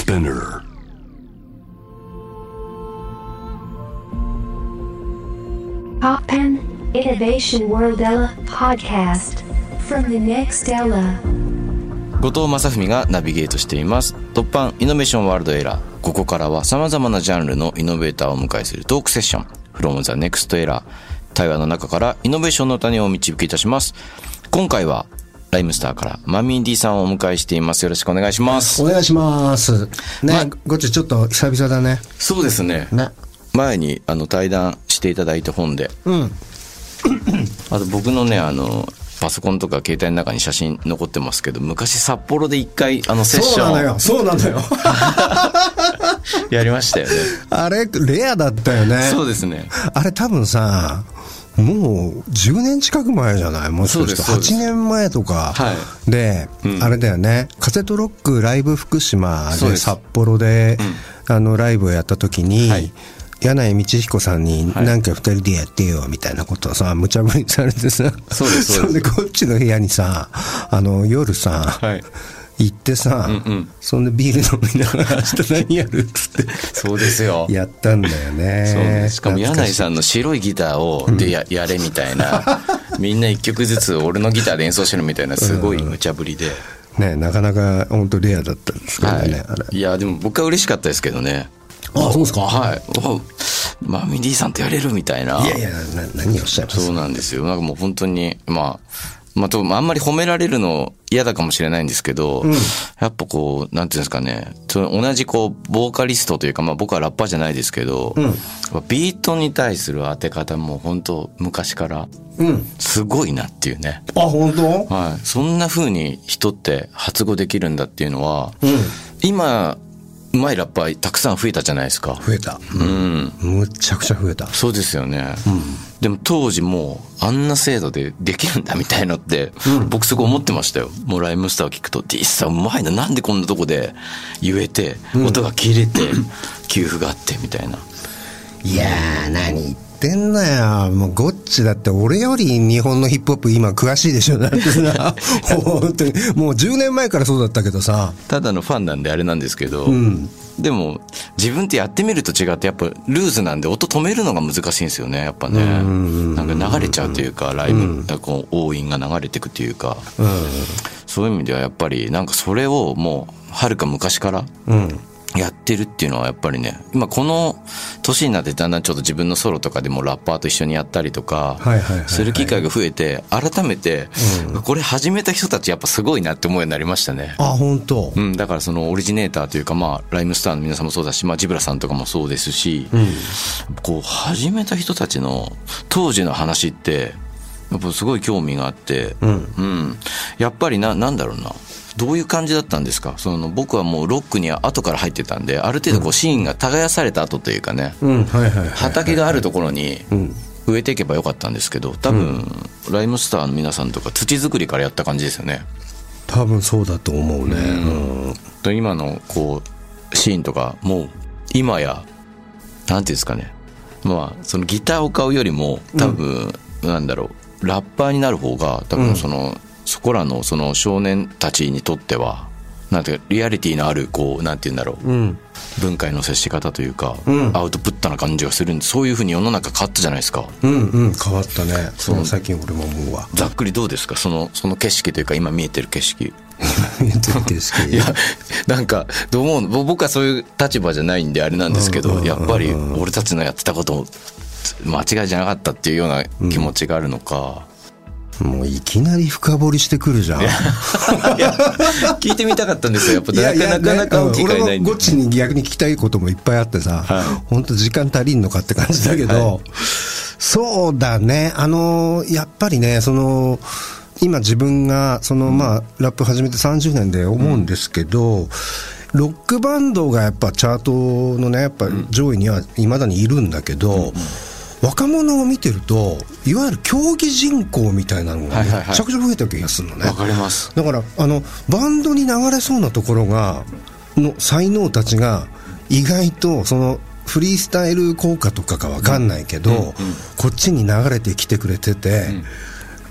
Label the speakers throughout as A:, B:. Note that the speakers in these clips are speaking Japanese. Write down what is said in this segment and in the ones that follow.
A: Spinner.
B: Poppen Innovation World Ella Podcast from the next Ella。
C: 後藤正文がナビゲートしています突破イノベーションワールドエラー。ここからは様々なジャンルのイノベーターをお迎えするトークセッション from the next Era。 対話の中からイノベーションの種をお導きいたします。今回はライムスターからマミー D さんをお迎えしています。よろしくお願いします。
D: お願いしますね。ごっちちょっと久々だね。
C: そうですね。前に対談していただいた本で、あと僕のねパソコンとか携帯の中に写真残ってますけど、昔札幌で一回セッション
D: そうなんだよ
C: やりましたよね。
D: あれレアだったよね。
C: そうですね。
D: あれ多分さもう10年近く前じゃない？もしかして8年前とかで、あれだよね、カセットロックライブ福島で札幌で、ライブをやった時に、柳井道彦さんになんか2人でやってよみたいなことをさ無茶ぶりされてさ、それでこっちの部屋にさ夜さ、行ってさ、そんでビール飲みながら明日何やるっつって
C: そうですよ
D: やったんだよね。
C: そうね。しかも柳井さんの白いギターをで やれみたいなみんな一曲ずつ俺のギターで演奏してるみたいなすごい無茶ぶりで、
D: ね、なかなか本当レアだったんですけどね、あれ。
C: いやでも僕は嬉しかったですけどね。
D: あ、そうですか。
C: はい。マミディさんとやれるみたいな。
D: いやいや、何をおっしゃいます。
C: そうなんですよ。なんかもう本当にあんまり褒められるの嫌だかもしれないんですけど、やっぱこうなんていうんですかね、同じこうボーカリストというか、僕はラッパーじゃないですけど、ビートに対する当て方も本当昔からすごいなっていうね。
D: あ、本当？
C: はい。そんな風に人って発語できるんだっていうのは、今うまいラッパーたくさん増えたじゃないですか。
D: 増えた。むちゃくちゃ増えた。
C: そうですよね。でも当時もうあんな精度でできるんだみたいのって、僕すごい思ってましたよ。もうライムスターを聞くと D さんうまいな、なんでこんなとこで言えて、音が切れて給付があってみたいな。
D: いやー何言ってんだよ。もうゴッチだって俺より日本のヒップホップ今詳しいでしょ。だってさ本当にもう10年前からそうだったけどさ。
C: ただのファンなんであれなんですけど、でも自分ってやってみると違ってやっぱルーズなんで音止めるのが難しいんですよね。やっぱね、なんか流れちゃうというか、ライブこう応援が流れていくというか、そういう意味ではやっぱりなんかそれをもうはるか昔からやってるっていうのはやっぱりね、今この年になってだんだんちょっと自分のソロとかでもラッパーと一緒にやったりとかする機会が増えて、改めてこれ始めた人たちやっぱすごいなって思うようになりましたね。
D: あ、本当。
C: だからそのオリジネーターというか、ライムスターの皆さんもそうだし、ジブラさんとかもそうですし、こう始めた人たちの当時の話ってやっぱすごい興味があって、やっぱりなんだろうな、どういう感じだったんですか？僕はもうロックには後から入ってたんで、ある程度こうシーンが耕された後というかね、畑があるところに植えていけばよかったんですけど、多分ライムスターの皆さんとか土作りからやった感じですよね。
D: 多分そうだと思うね。
C: 今のこうシーンとかもう今やなんていうんですかね、そのギターを買うよりも多分なんだろう、ラッパーになる方が多分そこらのその少年たちにとってはなんていうかリアリティのあるこうなんていうんだろう、文化への接し方というか、アウトプットな感じがするんで、そういうふうに世の中変わったじゃないですか。
D: 変わったね。最近俺も思うわ。
C: ざっくりどうですか、その景色というか今見えてる景色
D: 見えてる景色
C: いやなんかどう思う？僕はそういう立場じゃないんであれなんですけど、やっぱり俺たちのやってたこと間違いじゃなかったっていうような気持ちがあるのか、
D: もういきなり深掘りしてくるじゃん。いや
C: 聞いてみたかったんですよ。やっぱなかなか機会ないんで。
D: 俺もゴッチに逆に聞きたいこともいっぱいあってさ、本当時間足りんのかって感じだけど、そうだね。やっぱりね、今自分がラップ始めて30年で思うんですけど、ロックバンドがやっぱチャートのねやっぱ上位には未だにいるんだけど、若者を見てるといわゆる競技人口みたいなのがめちゃくちゃ増えた気がするのね。
C: わかります。
D: だからバンドに流れそうなところの才能たちが意外とフリースタイル効果とかか分かんないけど、こっちに流れてきてくれてて、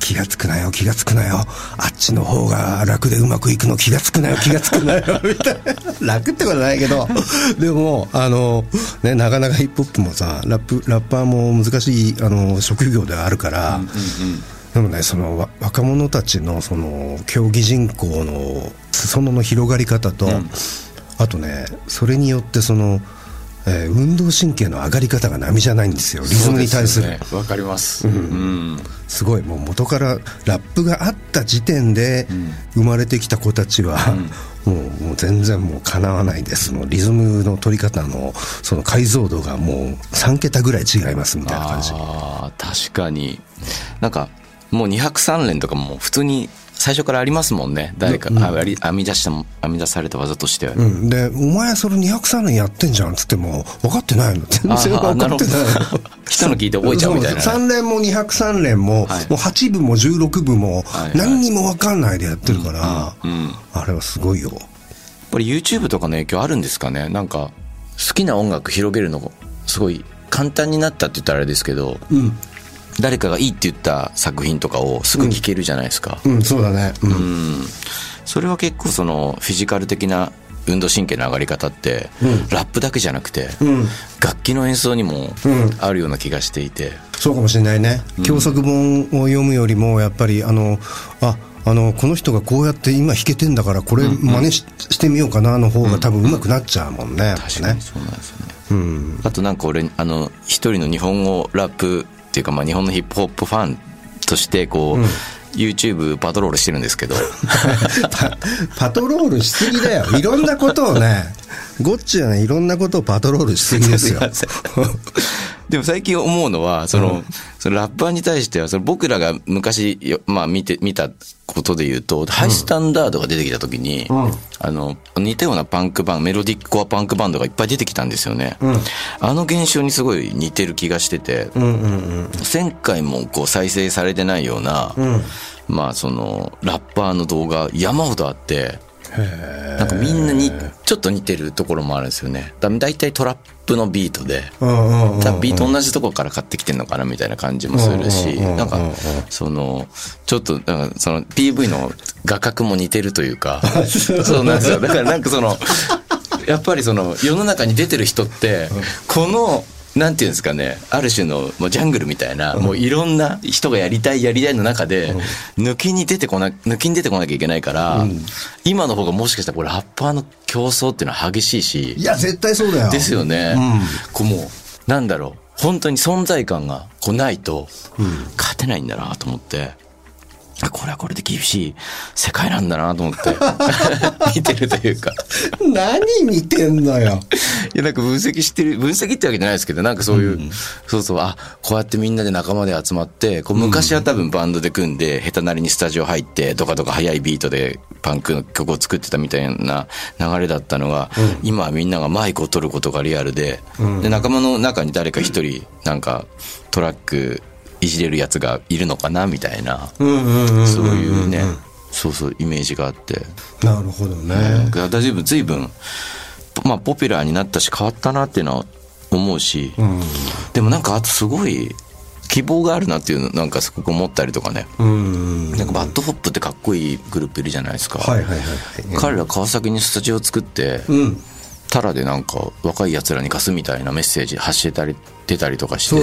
D: 気がつくなよ気がつくなよ、あっちの方が楽でうまくいくの気がつくなよ気がつくなよみたいな楽ってことはないけどでもね、なかなかヒップホップもさラッパーも難しい職業ではあるから、でもね、その若者たちのその競技人口の裾野の広がり方と、あとね、それによってその運動神経の上がり方が波じゃないんですよ、リズムに対する。
C: わかります、
D: すごい、もう元からラップがあった時点で生まれてきた子たちは、もう全然もうかなわないです。もうリズムの取り方のその解像度がもう3桁ぐらい違いますみたいな感じ。
C: 確かになんかもう2拍3連とかも普通に最初からありますもんね、誰か編み出された技として、
D: でお前それ203連やってんじゃんっつっても分かってないの、全然分かってないの
C: 人の聞いて覚えちゃうみたいな、ね、
D: 3連も203連も、もう8部も16部も何にも分かんないでやってるから、あれはすごいよ。やっ
C: ぱり YouTube とかの影響あるんですかね。なんか好きな音楽広げるのすごい簡単になったって言ったらあれですけど、誰かがいいって言った作品とかをすぐ聴けるじゃないですか。
D: そうだね。
C: それは結構そのフィジカル的な運動神経の上がり方って、ラップだけじゃなくて、楽器の演奏にもあるような気がしていて、
D: そうかもしれないね。教則本を読むよりもやっぱりこの人がこうやって今弾けてんだからこれ真似してみようかなの方が多分上手くなっちゃうもんね。
C: 確かにそうなんですよね。あとなんか俺一人の日本語ラップっていうか、日本のヒップホップファンとしてこう、YouTube パトロールしてるんですけど
D: パトロールしすぎだよ。いろんなことをね、ゴッチはね、いろんなことをパトロールしすぎですよ
C: でも最近思うのはそのラッパーに対しては僕らが昔、見たことで言うと、ハイスタンダードが出てきた時に、似たようなパンクバンド、メロディックコアパンクバンドがいっぱい出てきたんですよね。あの現象にすごい似てる気がしてて、1000回もこう再生されてないような、そのラッパーの動画山ほどあって、なんかみんなにちょっと似てるところもあるんですよね。だいたいトラップのビートで、ビート同じところから買ってきてんのかなみたいな感じもするし、なんかそのちょっとなんかその PV の画角も似てるというかそうなんですよ。だからなんかそのやっぱりその世の中に出てる人ってこのなんていうんですかね、ある種のもうジャングルみたいな、もういろんな人がやりたいの中で抜きに出てこなきゃいけないから、今の方がもしかしたらこれラッパーの競争っていうのは激しいし、
D: いや絶対そうだよ。
C: ですよね。こうもうなんだろう、本当に存在感がこうないと勝てないんだなと思って。これはこれで厳しい世界なんだなと思って見てるというか
D: 何見てんのよ。
C: いやなんか分析ってわけじゃないですけど、なんかそういう、こうやってみんなで仲間で集まって、こう昔は多分バンドで組んで下手なりにスタジオ入ってドカドカ速いビートでパンクの曲を作ってたみたいな流れだったのが、今はみんながマイクを取ることがリアルで、で仲間の中に誰か一人なんかトラックいじれるやつがいるのかなみたいな、そういうね、イメージがあって。
D: なるほどね。
C: 随分ポピュラーになったし変わったなっていうのは思うし、でもなんかあとすごい希望があるなっていうのなんかすごく思ったりとかね。なんかバッドホップってかっこいいグループいるじゃないですか。彼ら川崎にスタジオ作って、タラでなんか若いやつらに貸すみたいなメッセージ発してたり出たりとかして、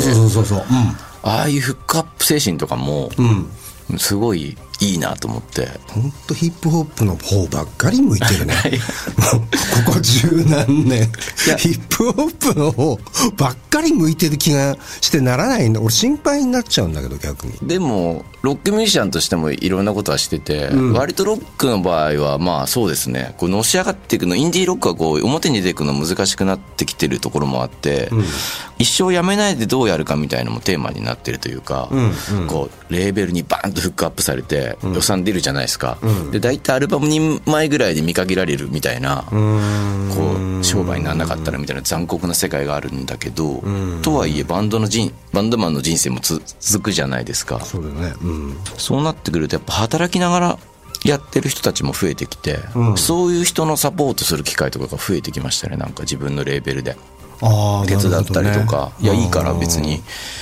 C: ああいうフックアップ精神とかもすごいいいなと思って。
D: 本当ヒップホップの方ばっかり向いてるねもうここ十何年ヒップホップの方ばっかり向いてる気がしてならないんだ。俺心配になっちゃうんだけど逆に。
C: でもロックミュージシャンとしてもいろんなことはしてて、割とロックの場合はそうですね、こうのし上がっていくの、インディーロックはこう表に出ていくの難しくなってきてるところもあって、一生やめないでどうやるかみたいなのもテーマになってるというか、こうレーベルにバーンとフックアップされて予算出るじゃないですか。で大体アルバム2枚ぐらいで見限られるみたいな、こう商売にならなかったらみたいな残酷な世界があるんだけど、とはいえバンドマンの人生も続くじゃないですか。
D: そうだね。
C: そうなってくるとやっぱ働きながらやってる人たちも増えてきて、そういう人のサポートする機会とかが増えてきましたね。なんか自分のレーベルで手伝ったりとか、いやいいから別に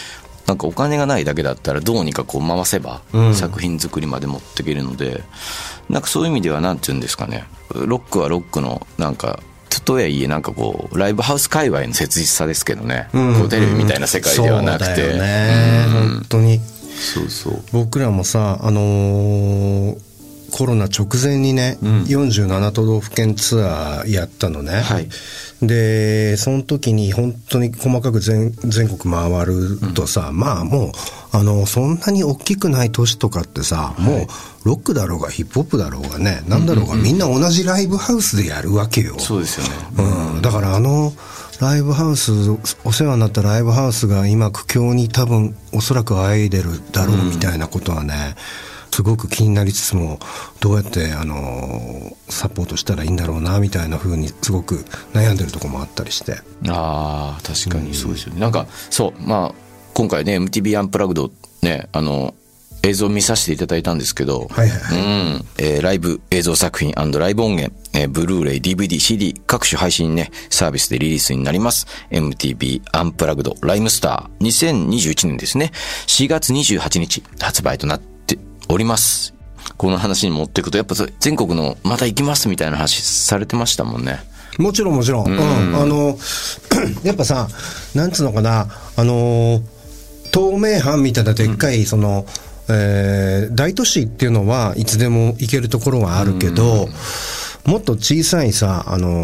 C: なんかお金がないだけだったらどうにかこう回せば作品作りまで持っていけるので、なんかそういう意味ではなんていうんですかね、ロックはロックのなんかとはいえなんかこうライブハウス界隈の切実さですけどね、こうテレビみたいな世界ではなくて、
D: そうだよね、本当に。
C: そうそう。
D: 僕らもさ、コロナ直前にね、47都道府県ツアーやったのね、はい、でその時に本当に細かく全国回るとさ、まあもうそんなに大きくない都市とかってさ、もうロックだろうがヒップホップだろうがね、なんだろうが、みんな同じライブハウスでやるわけよ。
C: そうですよね、
D: だからライブハウス、お世話になったライブハウスが今苦境に多分おそらくあいでるだろうみたいなことはね、すごく気になりつつも、どうやってサポートしたらいいんだろうなみたいな風にすごく悩んでるところもあったりして。
C: ああ、確かにそうですよね。なんかそうまあ今回ね MTV アンプラグドね映像を見させていただいたんですけど、ライブ映像作品&ライブ音源、ブルーレイ DVD、CD 各種配信ねサービスでリリースになります。 MTV アンプラグドライムスター2021年ですね、4月28日発売となっております。この話に持っていくとやっぱ全国のまた行きますみたいな話されてましたもんね。
D: もちろんもちろん、やっぱさ、なんつうのかな、東名阪みたいなでっかい大都市っていうのはいつでも行けるところはあるけど、もっと小さいさ、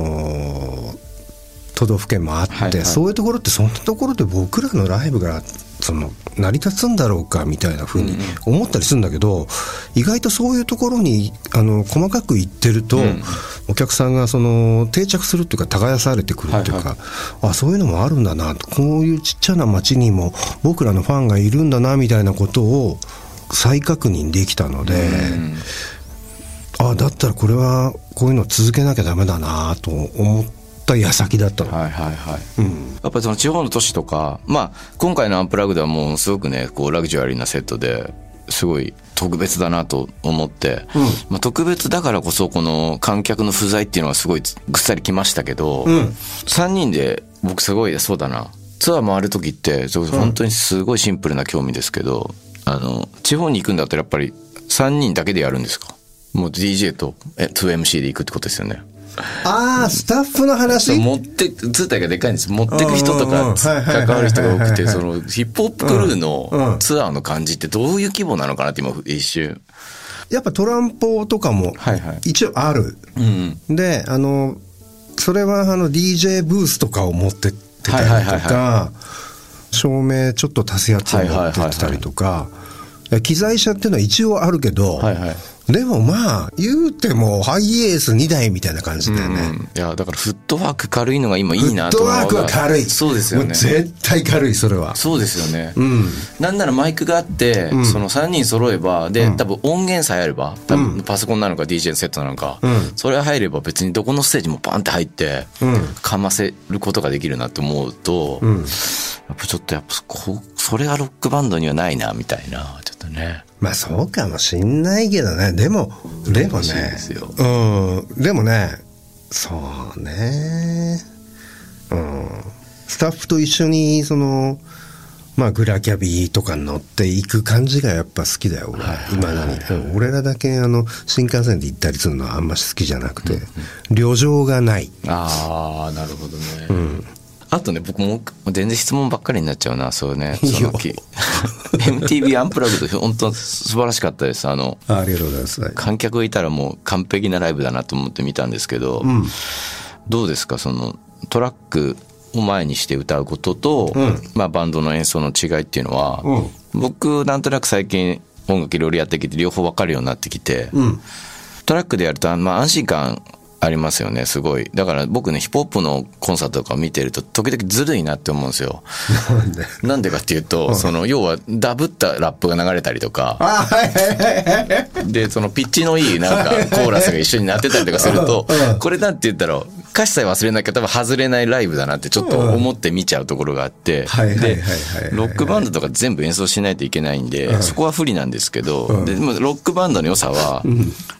D: 都道府県もあって、そういうところってそんなところで僕らのライブが成り立つんだろうかみたいな風に思ったりするんだけど、意外とそういうところに細かく行ってると、お客さんが定着するっていうか耕されてくるっていうか、そういうのもあるんだな、こういうちっちゃな町にも僕らのファンがいるんだなみたいなことを再確認できたので、だったらこれはこういうの続けなきゃダメだなと思った矢先だったの。やっぱり地方の都市とか、今回のアンプラグではもうすごくねこうラグジュアリーなセットですごい特別だなと思って、特別だからこそこの観客の不在っていうのはすごいぐっさりきましたけど、3人で僕すごいそうだな、ツアー回る時って本当にすごいシンプルな興味ですけど、地方に行くんだったらやっぱり3人だけでやるんですか？もう DJ と2MC で行くってことですよね。 スタッフの話、
C: 通体がでかいんです。持ってく人とか関わる人が多くて、ヒップホップクルーのツアーの感じってどういう規模なのかなって今一瞬。
D: やっぱトランポとかも一応ある、でそれはDJ ブースとかを持ってってたりとか、照明ちょっと足すやつを持ってってたりとか、機材車っていうのは一応あるけど、でも言うてもハイエース2台みたいな感じだよね。
C: いやだからフットワーク軽いのが今いいなと思う。
D: フットワークは軽い。
C: そうですよね。
D: もう絶対軽い、それは。
C: そうですよね。なんならマイクがあって、その3人揃えばで、多分音源さえあれば、多分パソコンなのか DJ のセットなのか、それ入れば別にどこのステージもバンって入ってかませることができるなって思うと、やっぱちょっとそれがロックバンドにはないなみたいな、ちょっとね。
D: そうかもしんないけどね。でもね、でもね、そうね、スタッフと一緒にグラキャビとかに乗っていく感じがやっぱ好きだよ、俺。今だに。俺らだけ新幹線で行ったりするのはあんまし好きじゃなくて、旅情がない。
C: なるほどね。あとね、僕も全然質問ばっかりになっちゃうな、そうね。MTV アンプラグド本当素晴らしかったです。
D: ありがとうございます。
C: 観客いたらもう完璧なライブだなと思って見たんですけど、どうですか、トラックを前にして歌うことと、バンドの演奏の違いっていうのは、僕なんとなく最近音楽いろいろやってきて両方分かるようになってきて、トラックでやると安心感ありますよね、すごい。だから僕ね、ヒップホップのコンサートとか見てると時々ずるいなって思うんですよ。なんでかっていうと、要はダブったラップが流れたりとか、でピッチのいいなんかコーラスが一緒になってたりとかすると、これなんて言ったら歌詞さえ忘れなきゃ多分外れないライブだなってちょっと思って見ちゃうところがあって、でロックバンドとか全部演奏しないといけないんで、そこは不利なんですけど、でもロックバンドの良さは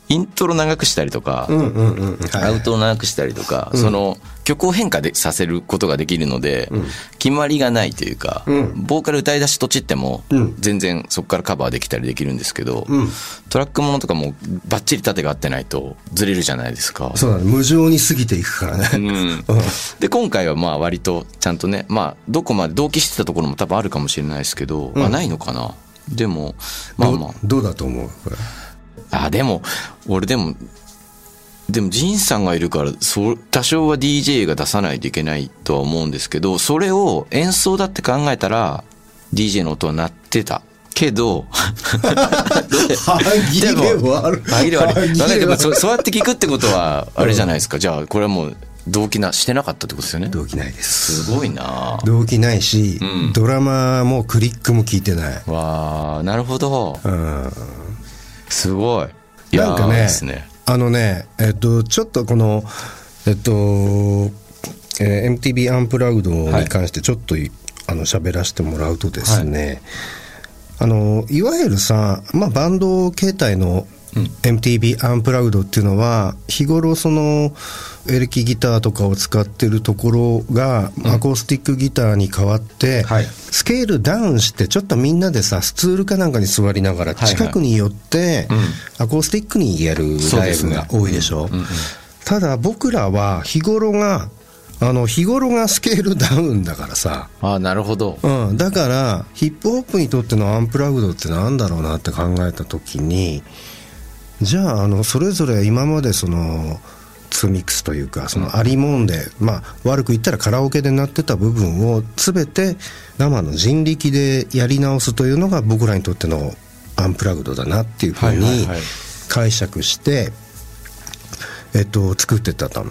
C: イントロ長くしたりとか、アウトを長くしたりとか、その曲を変化させることができるので、決まりがないというか、ボーカル歌い出しとちっても全然そこからカバーできたりできるんですけど、トラックものとかもバッチリ縦が合ってないとずれるじゃないですか。
D: そうだね、無情に過ぎていくからね。
C: で今回はまあ割とちゃんとね、まあどこまで同期してたところも多分あるかもしれないですけど、ないのかな。でもまあまあ
D: どうだと思うこれ。
C: でも俺でもジンさんがいるから多少は DJ が出さないといけないとは思うんですけど、それを演奏だって考えたら DJ の音は鳴ってたけど
D: 歯切れ悪い。
C: でもそうやって聞くってことはあれじゃないですか。じゃあこれはもう同期してなかったってことですよね。
D: 同期ないです。
C: すごいな。
D: 同期ないし、ドラマもクリックも聞いてない。
C: わあ、なるほど。すごい。
D: なんかね、ちょっとこのMTV アンプラグドに関してちょっと喋らせてもらうとですね、いわゆるさ、まあバンド形態のMTV アンプラグドっていうのは日頃そのエレキギターとかを使ってるところがアコースティックギターに変わってスケールダウンしてちょっとみんなでさスツールかなんかに座りながら近くに寄ってアコースティックにやるライブが多いでしょ。ただ僕らは日頃がスケールダウンだからさ。
C: なるほど。
D: だからヒップホップにとってのアンプラグドってなんだろうなって考えた時に、じゃあそれぞれ今までその2ミックスというかそのありもんで、まあ悪く言ったらカラオケで鳴ってた部分を全て生の人力でやり直すというのが僕らにとってのアンプラグドだなっていうふうに解釈して作ってったんだよ。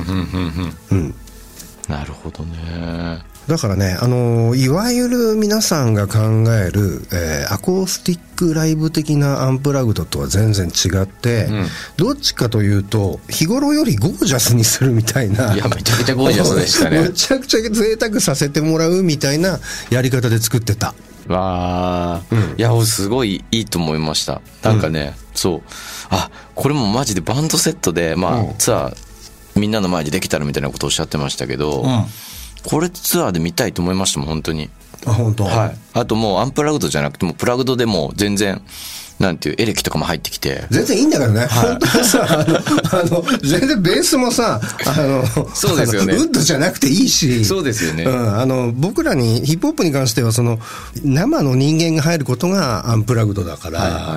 C: なるほどね。
D: だからね、いわゆる皆さんが考える、アコースティックライブ的なアンプラグドとは全然違って、どっちかというと日頃よりゴージャスにするみたいな。
C: いやめちゃくちゃゴージャスでしたね。
D: めちゃくちゃ贅沢させてもらうみたいなやり方で作ってた。
C: いやすごいいいと思いました。なんかね、そうこれもマジでバンドセットで、まあツアーみんなの前でできたらみたいなことをおっしゃってましたけど、これツアーで見たいと思いましたもん本当に。
D: 本当。
C: はい。あともうアンプラグドじゃなくてもプラグドでも全然なんていうエレキとかも入ってきて
D: 全然いいんだけどね、本当はさ全然ベースもさ
C: そうですよね、
D: ウッドじゃなくていいし。
C: そうですよね、
D: 僕らにヒップホップに関してはその生の人間が入ることがアンプラグドだから、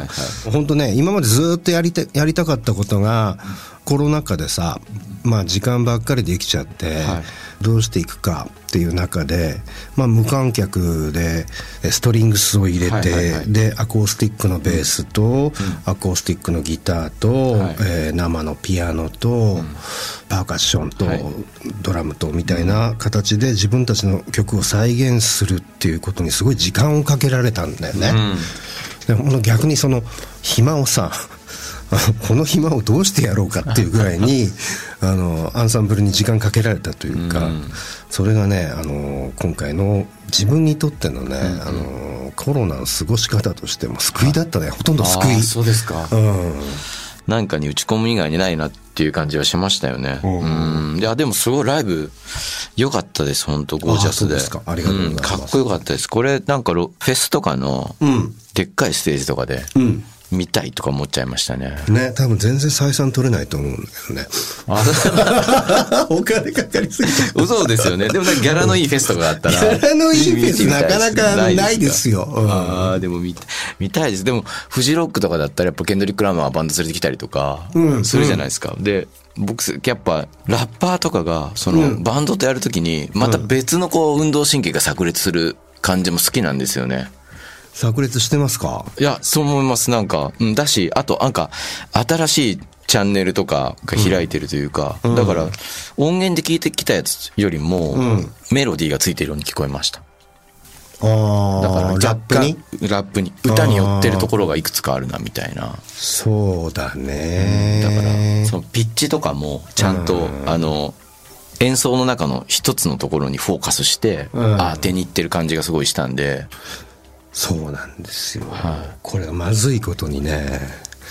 D: 本当ね今までずっとやりたかったことがコロナ禍でさ、まあ時間ばっかりできちゃって、どうしていくかっていう中で、まあ、無観客でストリングスを入れて、でアコースティックのベースと、アコースティックのギターと、生のピアノと、パーカッションと、ドラムとみたいな形で自分たちの曲を再現するっていうことにすごい時間をかけられたんだよね。で逆にその暇をさこの暇をどうしてやろうかっていうぐらいにアンサンブルに時間かけられたというか、それがね今回の自分にとってのね、コロナの過ごし方としても救いだったね。ほとんど救い。
C: そうですか。なんかに打ち込む以外にないなっていう感じはしましたよね。いやでもすごいライブ良かったです。本当ゴージャスで。
D: そうですか。ありがとうございます。
C: かっこよかったです。これなんかフェスとかのでっかいステージとかで見たいとか思っちゃいましたね。
D: 多分全然採算取れないと思うんだけどね。お金かかりすぎて。
C: そうですよね。でもギャラのいいフェスとかがあったら。
D: ギャラのいいフェスなかなかないですよ。
C: でも見たいです。でもフジロックとかだったらやっぱケンドリック・ラマーはバンド連れてきたりとかするじゃないですか。で僕やっぱラッパーとかがそのバンドとやるときにまた別のこう運動神経が炸裂する感じも好きなんですよね。
D: 炸裂してますか？
C: いやそう思います。なんかだし、あとなんか新しいチャンネルとかが開いてるというか、だから音源で聞いてきたやつよりもメロディーがついてるように聞こえました。だから
D: ラップに
C: 歌に寄ってるところがいくつかあるなみたいな。
D: そうだね。
C: だからそのピッチとかもちゃんと演奏の中の一つのところにフォーカスして当てにいってる感じがすごいしたんで。
D: そうなんですよ、これがまずいことにね、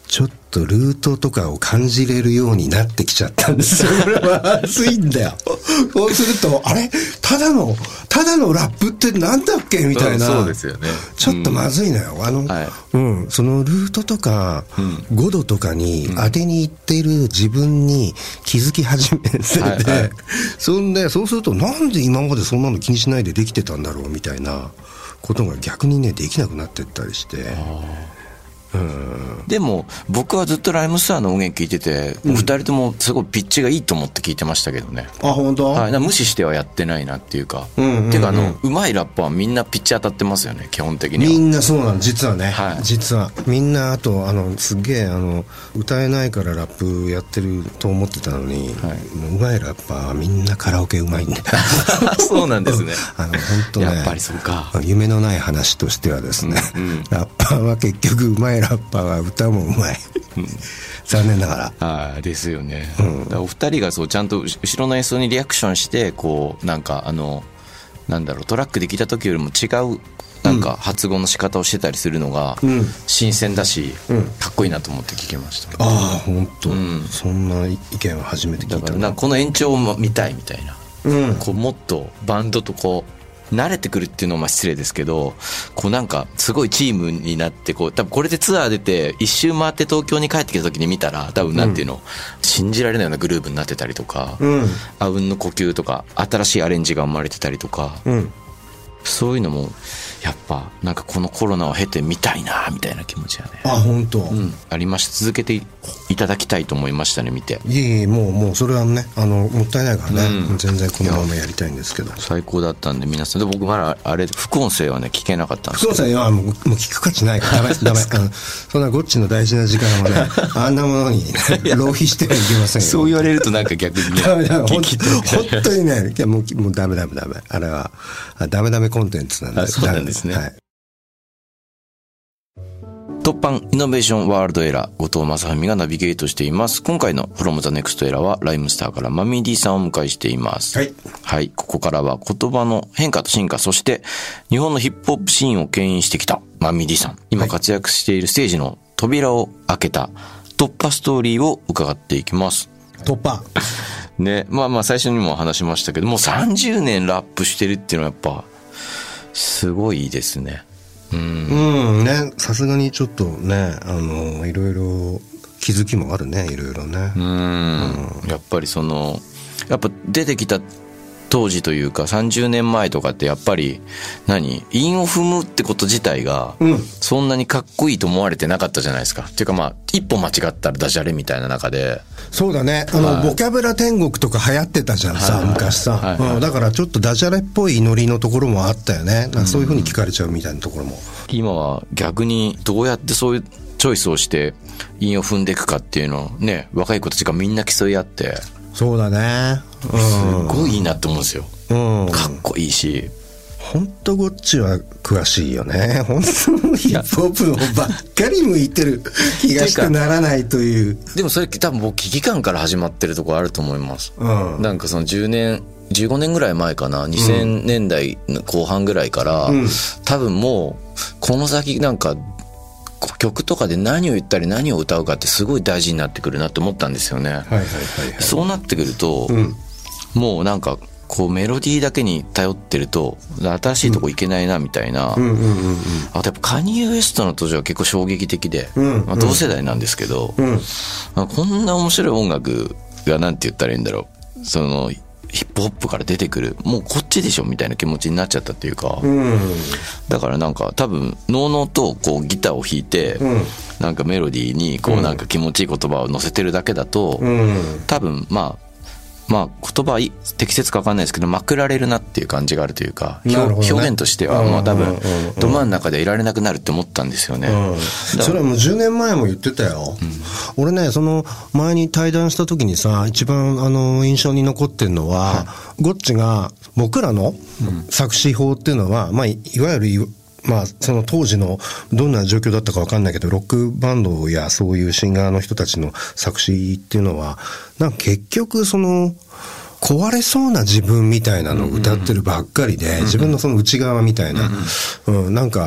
D: ちょっとルートとかを感じれるようになってきちゃったんですよ。これは熱いんだよ。そうすると、あれただのラップってなんだっけみたいな。
C: そうですよね。
D: ちょっとまずいのよ。そのルートとか、5度とかに当てにいっている自分に気づき始めてて、そうするとなんで今までそんなの気にしないでできてたんだろうみたいなことが逆にね、できなくなってったりして。
C: でも僕はずっとライムスターの音源聞いてて、お二人ともすごいピッチがいいと思って聞いてましたけどね。
D: あ、本当？
C: はい、無視してはやってないなっていうか、っていうかうまいラッパーはみんなピッチ当たってますよね、基本的には。
D: みんなそうなの、実はね、実はみんな。あとすげえ歌えないからラップやってると思ってたのに、もううまいラッパーはみんなカラオケうまいんだよ。
C: そうなんですね。
D: 本当ね、
C: やっぱりそうか。
D: 夢のない話としてはですね、ラッパーは結局うまいラッパーは歌もうまい。残念なが
C: ら。ですよね。お二人がちゃんと後ろの演奏にリアクションして、なんかなんだろう、トラックで聞いた時よりも違うなんか発語の仕方をしてたりするのが新鮮だし、かっこいいなと思って聞きました。
D: ああ、本当。そんな意見は初めて聞いた。
C: だからこの延長を見たいみたいな。もっとバンドと慣れてくるっていうのは失礼ですけど、なんかすごいチームになって多分これでツアー出て一周回って東京に帰ってきた時に見たら、多分なんていうの、信じられないようなグルーヴになってたりとか、あうんの呼吸とか新しいアレンジが生まれてたりとか、そういうのもやっぱなんかこのコロナを経てみたいなみたいな気持ちはね。
D: あ、本当。
C: ありました。続けていただきたいと思いましたね、見て。
D: いえ、もうそれはね、もったいないからね、全然このままやりたいんですけど。
C: 最高だったんで皆さん。で僕まだ副音声はね聞けなかったんですけど。
D: 副音声はもう聞く価値ないからダメ。そんなゴッチの大事な時間をね、あんなものに浪費してはいけませんよ。
C: そう言われるとなんか逆にね。
D: 本当にね、もうダメ。あれはダメコンテンツなんで。
C: そうなんですね。突版イノベーションワールドエラー、後藤正文がナビゲートしています。今回の From the Next Era はライムスターからマミー D さんをお迎えしています。はい。ここからは言葉の変化と進化、そして日本のヒップホップシーンを牽引してきたマミー D さん。今活躍しているステージの扉を開けた突破ストーリーを伺っていきます。
D: 突破。
C: ね。まあ最初にも話しましたけど、もう30年ラップしてるっていうのはやっぱすごいですね。
D: ね、さすがにちょっとね、いろいろ気づきもあるね、いろいろね。
C: やっぱりやっぱ出てきた当時というか30年前とかってやっぱり韻を踏むってこと自体がそんなにかっこいいと思われてなかったじゃないですか。っていうか一歩間違ったらダジャレみたいな中で。
D: そうだね、ボキャブラ天国とか流行ってたじゃんさ、昔さ。だからちょっとダジャレっぽいノリのところもあったよね。そういう風に聞かれちゃうみたいなところも。
C: 今は逆にどうやってそういうチョイスをして韻を踏んでいくかっていうのをね、若い子たちがみんな競い合って。
D: そうだね。
C: すごいいいなって思うんですよ。かっこいいし。
D: 本当ゴッチは詳しいよね。本当ヒップホップの方ばっかり向いてる気がしてならないという。
C: でもそれ多分僕危機感から始まってるところあると思います。なんか10年15年ぐらい前かな、2000年代の後半ぐらいから、多分もうこの先なんか曲とかで何を言ったり何を歌うかってすごい大事になってくるなって思ったんですよね。そうなってくると、もうなんかメロディーだけに頼ってると新しいとこ行けないなみたいな。あとやっぱカニエ・ウエストの登場は結構衝撃的で、同世代なんですけど、こんな面白い音楽がなんて言ったらいいんだろう、ヒップホップから出てくる、もうこっちでしょみたいな気持ちになっちゃったっていうか、だからなんか多分のうのうとギターを弾いて、なんかメロディーになんか気持ちいい言葉を乗せてるだけだと、多分言葉は適切か分かんないですけどまくられるなっていう感じがあるというか、表現としては多分ど真ん中でいられなくなるって思ったんですよね。
D: それはもう10年前も言ってたよ。俺ね、前に対談した時にさ、一番印象に残ってるのは、ゴッチが僕らの作詞法っていうのは、いわゆるその当時のどんな状況だったか分かんないけど、ロックバンドやそういうシンガーの人たちの作詞っていうのは、なんか結局壊れそうな自分みたいなのを歌ってるばっかりで、自分の内側みたいな、なんか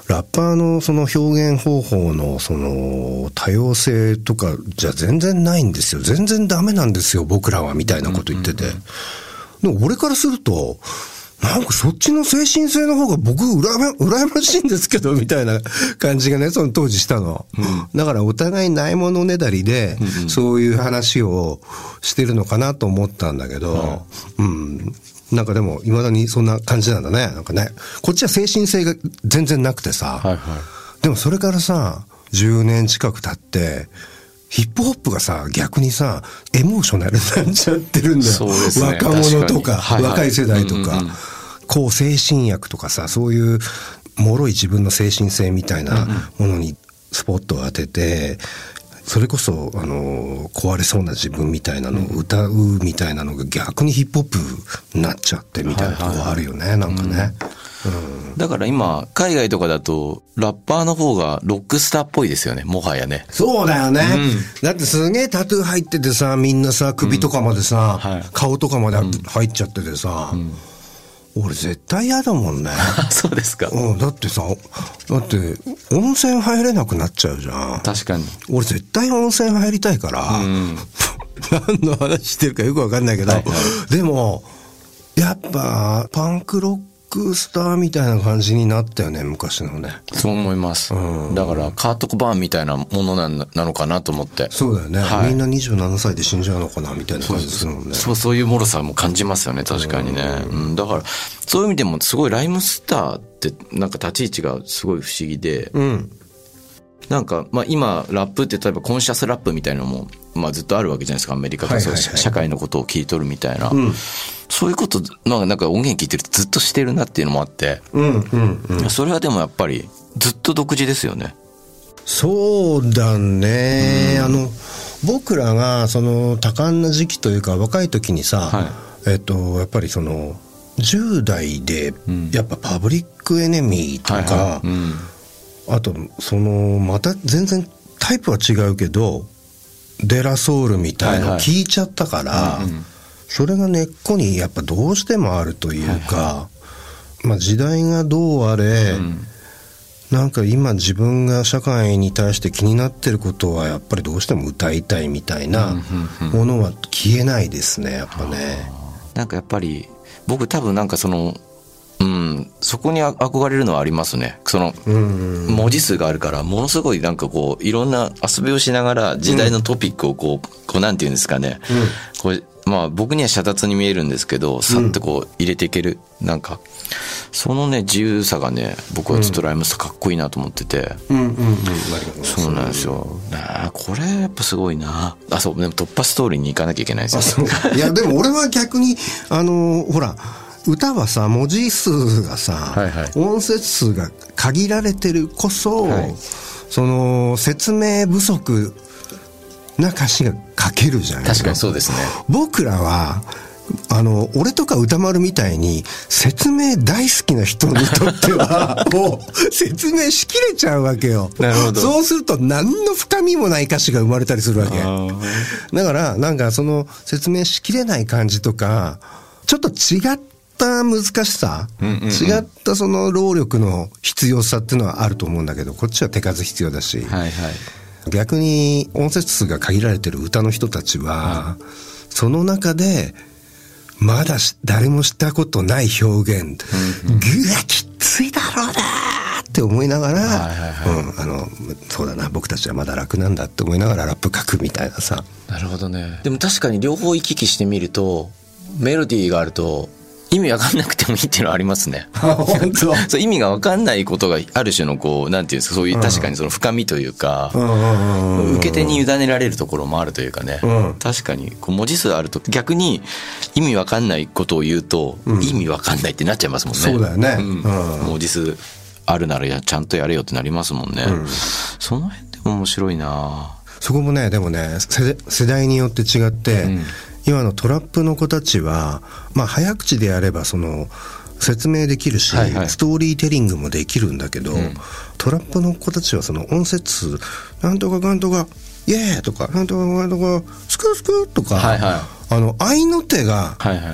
D: ラッパーのその表現方法のその多様性とかじゃ全然ないんですよ。全然ダメなんですよ、僕らは、みたいなこと言ってて。でも俺からすると、なんかそっちの精神性の方が僕羨ましいんですけど、みたいな感じがね、その当時したの。だからお互いないものねだりで、そういう話をしてるのかなと思ったんだけど、なんかでも、未だにそんな感じなんだね。なんかね。こっちは精神性が全然なくてさ。でもそれからさ、10年近く経って、ヒップホップがさ、逆にさ、エモーショナルになっちゃってるんだよ。
C: そうですね、
D: 若者とか、若い世代とか、こう精神薬とかさ、そういう脆い自分の精神性みたいなものにスポットを当てて、それこそ壊れそうな自分みたいなのを歌うみたいなのが逆にヒップホップになっちゃってみたいなところあるよね、なんかね。
C: だから今海外とかだとラッパーの方がロックスターっぽいですよね、もはやね。
D: そうだよね、だってすげえタトゥー入っててさ、みんなさ首とかまでさ、顔とかまで入っちゃっててさ、俺絶対嫌だもんね。
C: そうですか。
D: だってさ、温泉入れなくなっちゃうじゃん。
C: 確かに。
D: 俺絶対温泉入りたいから、何の話してるかよくわかんないけど、でも、やっぱ、パンクロックスターみたいな感じになったよね、昔のね。
C: そう思います。だから、カート・コバーンみたいなものなのかなと思って。
D: そうだよね。みんな27歳で死んじゃうのかな、みたいな感じするもんね。
C: そういう脆さも感じますよね、確かにね。だから、そういう意味でも、すごいライムスターって、なんか立ち位置がすごい不思議で、なんか、今、ラップって例えばコンシャスラップみたいなのも、ずっとあるわけじゃないですか、アメリカとか、社会のことを切り取るみたいな。そういうことなんか音源聞いてるとずっとしてるなっていうのもあって、それはでもやっぱりずっと独自ですよね。
D: そうだね、僕らがその多感な時期というか若い時にさ、やっぱりその10代でやっぱパブリックエネミーとか、あとそのまた全然タイプは違うけどデラソウルみたいなの聞いちゃったから、それが根っこにやっぱどうしてもあるというか、時代がどうあれ、なんか今自分が社会に対して気になってることはやっぱりどうしても歌いたいみたいなものは消えないですね、やっぱね。
C: なんかやっぱり僕多分なんかそのそこに憧れるのはありますね。その文字数があるからものすごいなんかこういろんな遊びをしながら時代のトピックをこうなんていうんですかね、こう僕には遮奪に見えるんですけど、さっとこう入れていける、なんかそのね自由さがね、僕はちょっとライムスターかっこいいなと思ってて、そうなんですよ。これやっぱすごいな。そうでも突破ストーリーに行かなきゃいけないですよ。
D: いやでも俺は逆にほら歌はさ、文字数がさ、音節数が限られてるこそ、その説明不足な歌詞が書けるじゃない。
C: 確かにそうですね。
D: 僕らは俺とか歌丸みたいに説明大好きな人にとってはもう説明しきれちゃうわけよ。
C: なるほど。
D: そうすると何の深みもない歌詞が生まれたりするわけ。だからなんかその説明しきれない感じとか、ちょっと違った難しさ、違ったその労力の必要さっていうのはあると思うんだけど、こっちは手数必要だし、逆に音節数が限られてる歌の人たちは、その中でまだ誰もしたことない表現、ぐわきついだろうなって思いながら、そうだな、僕たちはまだ楽なんだって思いながらラップ書くみたいなさ。
C: なるほどね。でも確かに両方行き来してみると、メロディーがあると意味わかんなくてもいいっていうのはありますね。
D: 本当
C: そう、意味がわかんないことがある種のこう、なんていうんですか、そういう確かにその深みというか、受け手に委ねられるところもあるというかね。確かにこう文字数あると逆に意味わかんないことを言うと、意味わかんないってなっちゃいますもんね。
D: そうだよね。
C: 文字数あるならちゃんとやれよってなりますもんね。その辺でも面白いな。
D: そこもね、でもね、世代によって違って、今のトラップの子たちは、早口でやればその説明できるし、ストーリーテリングもできるんだけど、トラップの子たちはその音節なんとかかんとかイエーとかなんとかかんとかスクスクとか、合いの手が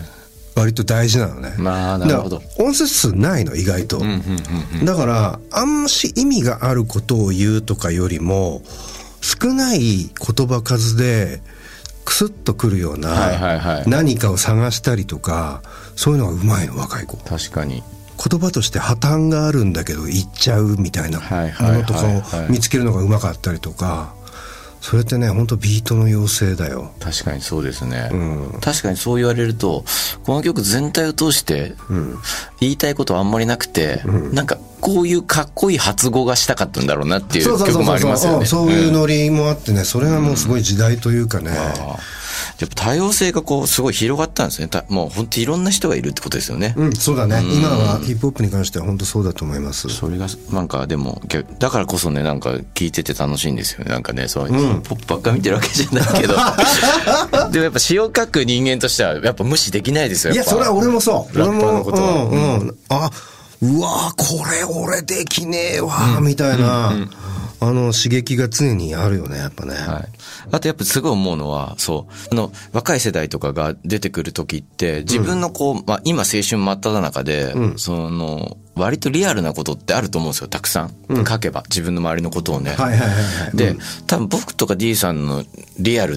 D: 割と大事なのね。
C: なるほど。
D: 音節数ないの意外と、だからあんまし意味があることを言うとかよりも少ない言葉数でクスッとくるような何かを探したりとか、そういうのがうまいの若い子。
C: 確かに
D: 言葉として破綻があるんだけど言っちゃうみたいなものとかを見つけるのがうまかったりとか、それってね本当ビートの妖精だよ。
C: 確かにそうですね、確かにそう言われるとこの曲全体を通して言いたいことはあんまりなくて、なんかこういうかっこいい発語がしたかったんだろうなっていう曲もありますよね。
D: そういうノリもあってね、それがもうすごい時代というかね、
C: やっぱ多様性がこうすごい広がったんですね。もう本当いろんな人がいるってことですよね。
D: そうだね、今はヒップホップに関しては本当そうだと思います。
C: それがなんかでもだからこそね、なんか聞いてて楽しいんですよね。なんかね、そうヒップホップばっか見てるわけじゃないけどでもやっぱ詩を書く人間としてはやっぱ無視できないですよ。
D: いやそれは俺もそう、
C: ラッパーのことは、
D: うわこれ俺できねえわみたいな、刺激が常にあるよねやっぱね。
C: あとやっぱすごい思うのは、若い世代とかが出てくる時って自分の今青春真っ只中で、割とリアルなことってあると思うんですよ。たくさん書けば、自分の周りのことをね。で多分僕とか D さんのリアルって、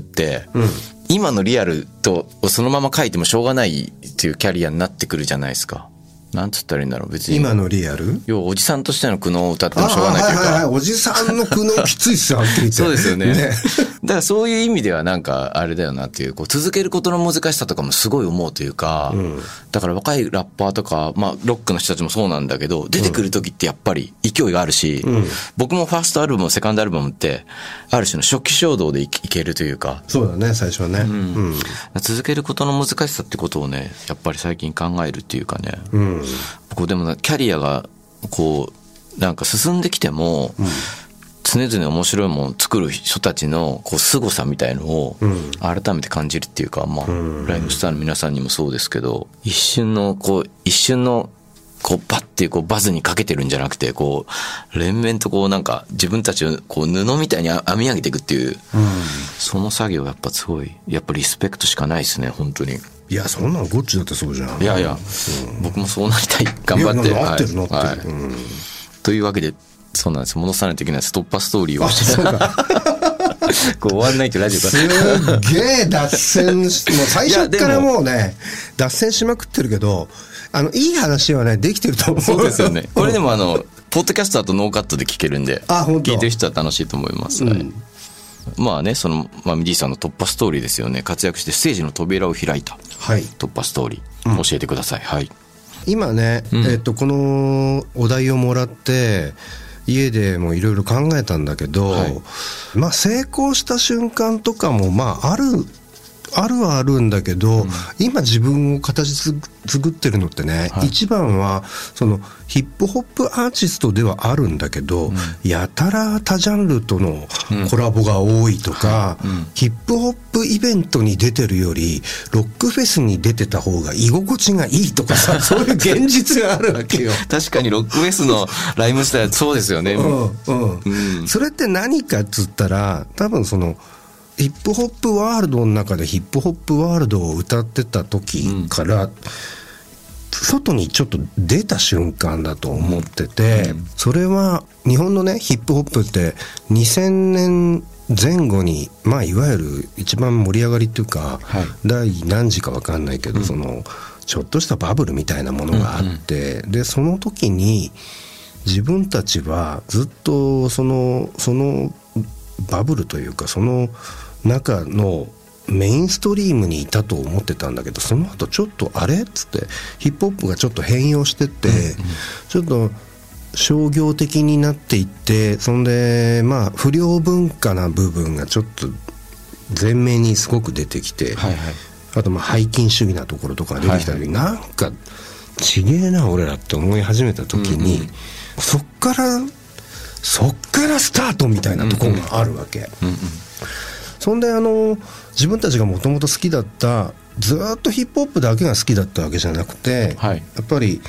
C: 今のリアルとそのまま書いてもしょうがないっていうキャリアになってくるじゃないですか。なんつったらいいんだろう、別に
D: 今のリアル、
C: 要はおじさんとしての苦悩を歌ってもしょうがないというか、
D: おじさんの苦悩きついっすよはっきり言って
C: そうですよねだからそういう意味ではなんかあれだよなっていう、続けることの難しさとかもすごい思うというか、だから若いラッパーとか、ロックの人たちもそうなんだけど、出てくる時ってやっぱり勢いがあるし、僕もファーストアルバムセカンドアルバムってある種の初期衝動でいけるというか。
D: そうだね、最初はね、
C: 続けることの難しさってことをねやっぱり最近考えるっていうかね、僕でもキャリアがこうなんか進んできても、常々面白いものを作る人たちのこう凄さみたいのを改めて感じるっていうか、ライムスターの皆さんにもそうですけど、一瞬のこうバッてこうバズにかけてるんじゃなくて、こう連綿とこうなんか自分たちをこう布みたいに編み上げていくっていう、その作業やっぱすごいやっぱリスペクトしかないですね本当に。
D: いやそんなのゴッチだってそうじゃん。
C: いや、僕もそうなりたい、頑張って。
D: なってる。
C: というわけでそうなんです、戻さないといけないストッパーストーリーをしてこう終わんないとラジオ
D: すげえ脱線もう最初からもうね脱線しまくってるけど、いい話はねできてると思う。
C: そうですよね。これでもポッドキャストだとノーカットで聞けるんで、聞いてる人は楽しいと思います。まあね、ミディさんの突破ストーリーですよね。活躍してステージの扉を開いた突破ストーリー、教えてください。
D: 今ね、このお題をもらって家でもいろいろ考えたんだけど、成功した瞬間とかもあるはあるんだけど、今自分を形作ってるのってね、一番はそのヒップホップアーティストではあるんだけど、やたら多ジャンルとのコラボが多いとか、ヒップホップイベントに出てるよりロックフェスに出てた方が居心地がいいとかさそういう現実があるわけよ
C: 確かにロックフェスのライムスタイルそうですよね。
D: それって何かっつったら、多分そのヒップホップワールドの中でヒップホップワールドを歌ってた時から、外にちょっと出た瞬間だと思ってて、それは日本のねヒップホップって2000年前後にいわゆる一番盛り上がりっていうか、第何次か分かんないけど、そのちょっとしたバブルみたいなものがあって、でその時に自分たちはずっとそのバブルというかその中のメインストリームにいたと思ってたんだけど、その後ちょっとあれっつってヒップホップがちょっと変容してって、ちょっと商業的になっていって、そんで不良文化な部分がちょっと前面にすごく出てきて、あと背筋主義なところとか出てきた時に、なんかちげえな俺らって思い始めた時に、そっからスタートみたいなところがあるわけ。そんで自分たちがもともと好きだったずっとヒップホップだけが好きだったわけじゃなくて、やっぱり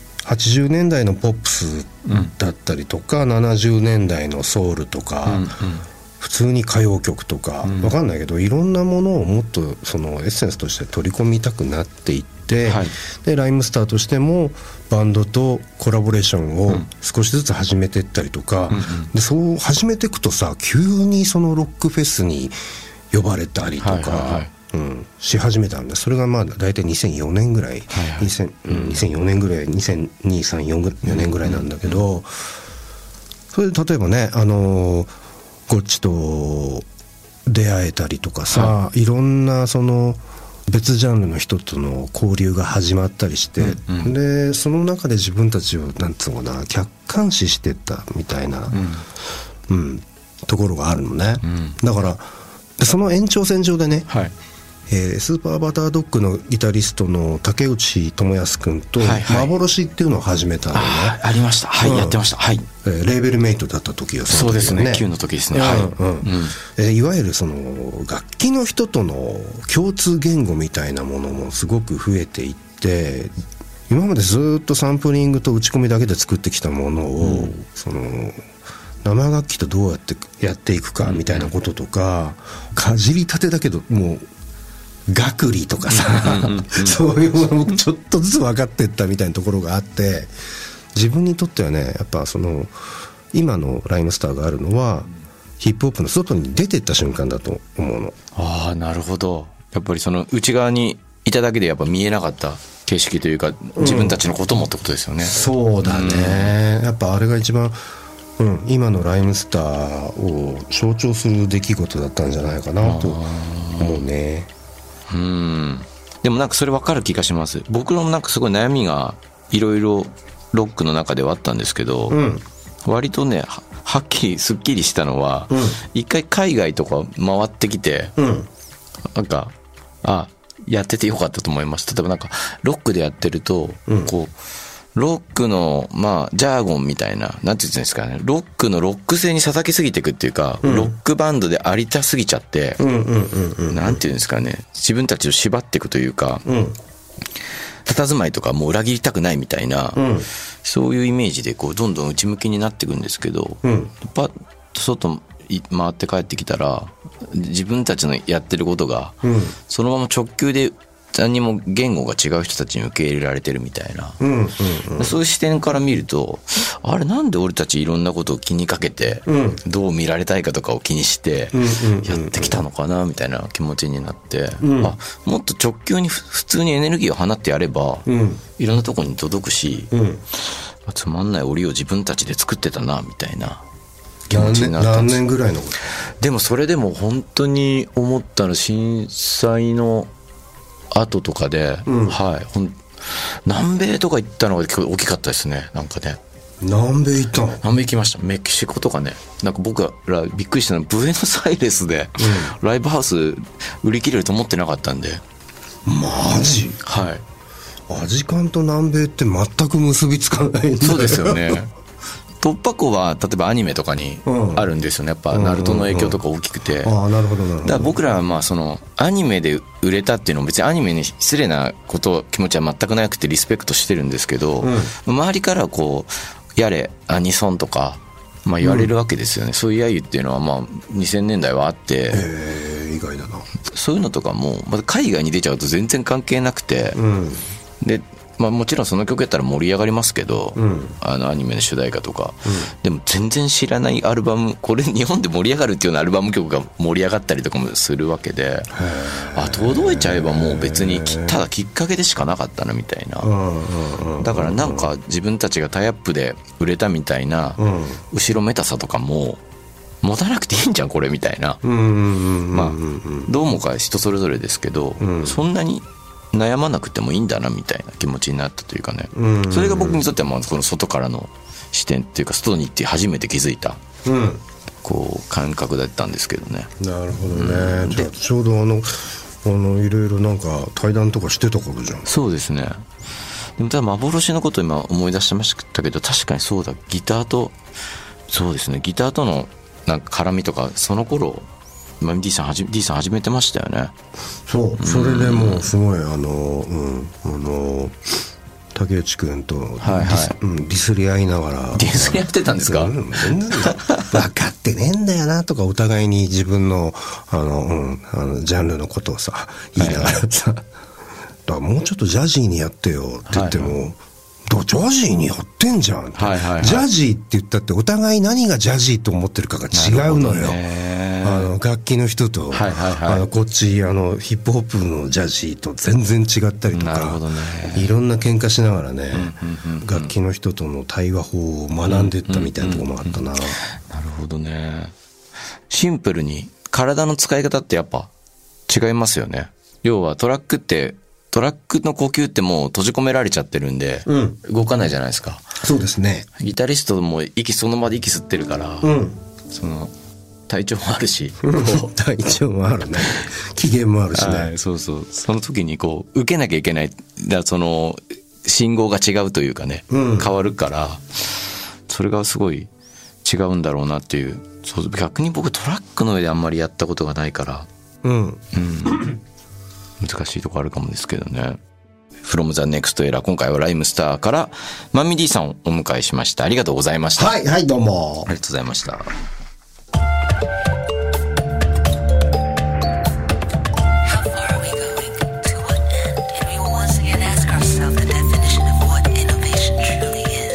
D: 80年代のポップスだったりとか、70年代のソウルとか、 普通に歌謡曲とか、分かんないけどいろんなものをもっとそのエッセンスとして取り込みたくなっていって、はい、でライムスターとしてもバンドとコラボレーションを少しずつ始めていったりとか、でそう始めていくとさ、急にそのロックフェスに呼ばれたりとか、はいはいはい、し始めたんで、それがまあ大体2004年ぐらい、はいはい、2004年ぐらい、2002、3、4年ぐらいなんだけど、それで例えばね、ゴッチと出会えたりとかさ、はい、いろんなその別ジャンルの人との交流が始まったりして、でその中で自分たちをなんつうのかな、客観視してったみたいな、ところがあるのね、だからその延長線上でね、はい、スーパーバタードッグのギタリストの竹内智康君と幻っていうのを始めたのね、
C: はいはい、ありました、はい、やってました、はい、
D: レーベルメイトだった時は
C: そうですね、Q の時ですね、
D: いわゆるその楽器の人との共通言語みたいなものもすごく増えていって、今までずっとサンプリングと打ち込みだけで作ってきたものを、その生楽器とどうやってやっていくかみたいなこととか、かじりたてだけどもう学理とかさ、そういうものもちょっとずつ分かっていったみたいなところがあって、自分にとってはね、やっぱその今のライムスターがあるのはヒップホップの外に出ていった瞬間だと思うの。
C: ああ、なるほど。やっぱりその内側にいただけでやっぱ見えなかった景色というか、自分たちのこともってことですよね、
D: そうだね、やっぱあれが一番今のライムスターを象徴する出来事だったんじゃないかなと思うね。
C: でもなんかそれ分かる気がします。僕のなんかすごい悩みがいろいろロックの中ではあったんですけど、割とねはっきりすっきりしたのは、一回海外とか回ってきて、なんかやっててよかったと思います。例えばなんかロックでやってると、こうロックのジャーゴンみたいな、なんて言うんですかね、ロックのロック性に叩きすぎていくっていうか、ロックバンドでありたすぎちゃって、なんて言うんですかね、自分たちを縛っていくというか、佇まいとかもう裏切りたくないみたいな、そういうイメージでこうどんどん内向きになっていくんですけど、パッと外回って帰ってきたら、自分たちのやってることが、そのまま直球で何も言語が違う人たちに受け入れられてるみたいな、そういう視点から見ると、あれなんで俺たちいろんなことを気にかけて、どう見られたいかとかを気にしてやってきたのかなみたいな気持ちになって、もっと直球に普通にエネルギーを放ってやれば、いろんなところに届くし、つまんない檻を自分たちで作ってたなみたいな気持ちになったんです。
D: 何年ぐらいのこと？
C: でもそれでも本当に思ったの、震災の後とかで、南米とか行ったのが結構大きかったですね。なんかね、
D: 南米行ったの？
C: 南米行きました。メキシコとかね。なんか僕らびっくりしたのは、ブエノスアイレスで、ライブハウス売り切れると思ってなかったんで。
D: マジ？
C: はい。
D: アジカンと南米って全く結びつかないんだよ。
C: そうですよね。突破口は例えばアニメとかにあるんですよね。やっぱナルトの影響とか大きくて、
D: なるほどなるほど。
C: だから僕らはそのアニメで売れたっていうのも別にアニメに失礼なこと気持ちは全くなくてリスペクトしてるんですけど、周りからこうやれアニソンとか言われるわけですよね。そういう揶揄っていうのは2000年代はあって、
D: 意外だな。
C: そういうのとかも海外に出ちゃうと全然関係なくて、でもちろんその曲やったら盛り上がりますけど、アニメの主題歌とか、でも全然知らないアルバム、これ日本で盛り上がるっていうようなアルバム曲が盛り上がったりとかもするわけで、届いちゃえばもう別にただきっかけでしかなかったなみたいな。だからなんか自分たちがタイアップで売れたみたいな後ろめたさとかも持たなくていいんじゃんこれみたいな。どうもか人それぞれですけど、そんなに悩まなくてもいいんだなみたいな気持ちになったというかね、それが僕にとってはこの外からの視点っていうか、外に行って初めて気づいた、こう感覚だったんですけどね。
D: なるほどね、じゃあちょうどいろいろなんか対談とかしてたことじゃん。
C: そうですね。でもただ幻のことを今思い出してましたけど、確かにそうだ、ギターとのなんか絡みとか、その頃D さん始めてましたよね。
D: そう、それでもうすごい竹内くんとディスり合いながら。
C: ディスり合ってたんですか？
D: 全然分かってねえんだよなとか、お互いに自分のジャンルのことをさ言いながらさ、だからもうちょっとジャジーにやってよって言っても、ジャジーにやってんじゃん、ジャジーって言ったってお互い何がジャジーと思ってるかが違うのよ。楽器の人と、こっちヒップホップのジャジーと全然違ったりとか、いろんな喧嘩しながらね、楽器の人との対話法を学んでいったみたいなところもあったな。なる
C: ほどね。シンプルに体の使い方ってやっぱ違いますよね。要はトラックの呼吸ってもう閉じ込められちゃってるんで、動かないじゃないですか。
D: そうですね。
C: ギタリストもその場で息吸ってるから、その体調もあるし、
D: 体調もあるね。機嫌もあるしね。
C: そうそう。その時に受けなきゃいけない。その信号が違うというかね、変わるから、それがすごい違うんだろうなっていう。逆に僕トラックの上であんまりやったことがないから、難しいとこあるかもですけどね。From the Next Era、 今回はライムスターからマンミ D さんをお迎えしました。ありがとうございました。
D: はいはい、どうも
C: ありがとうございました。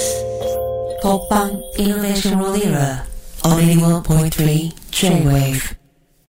A: ポッパンイノベーションローディーラー on 81.3 J-Wave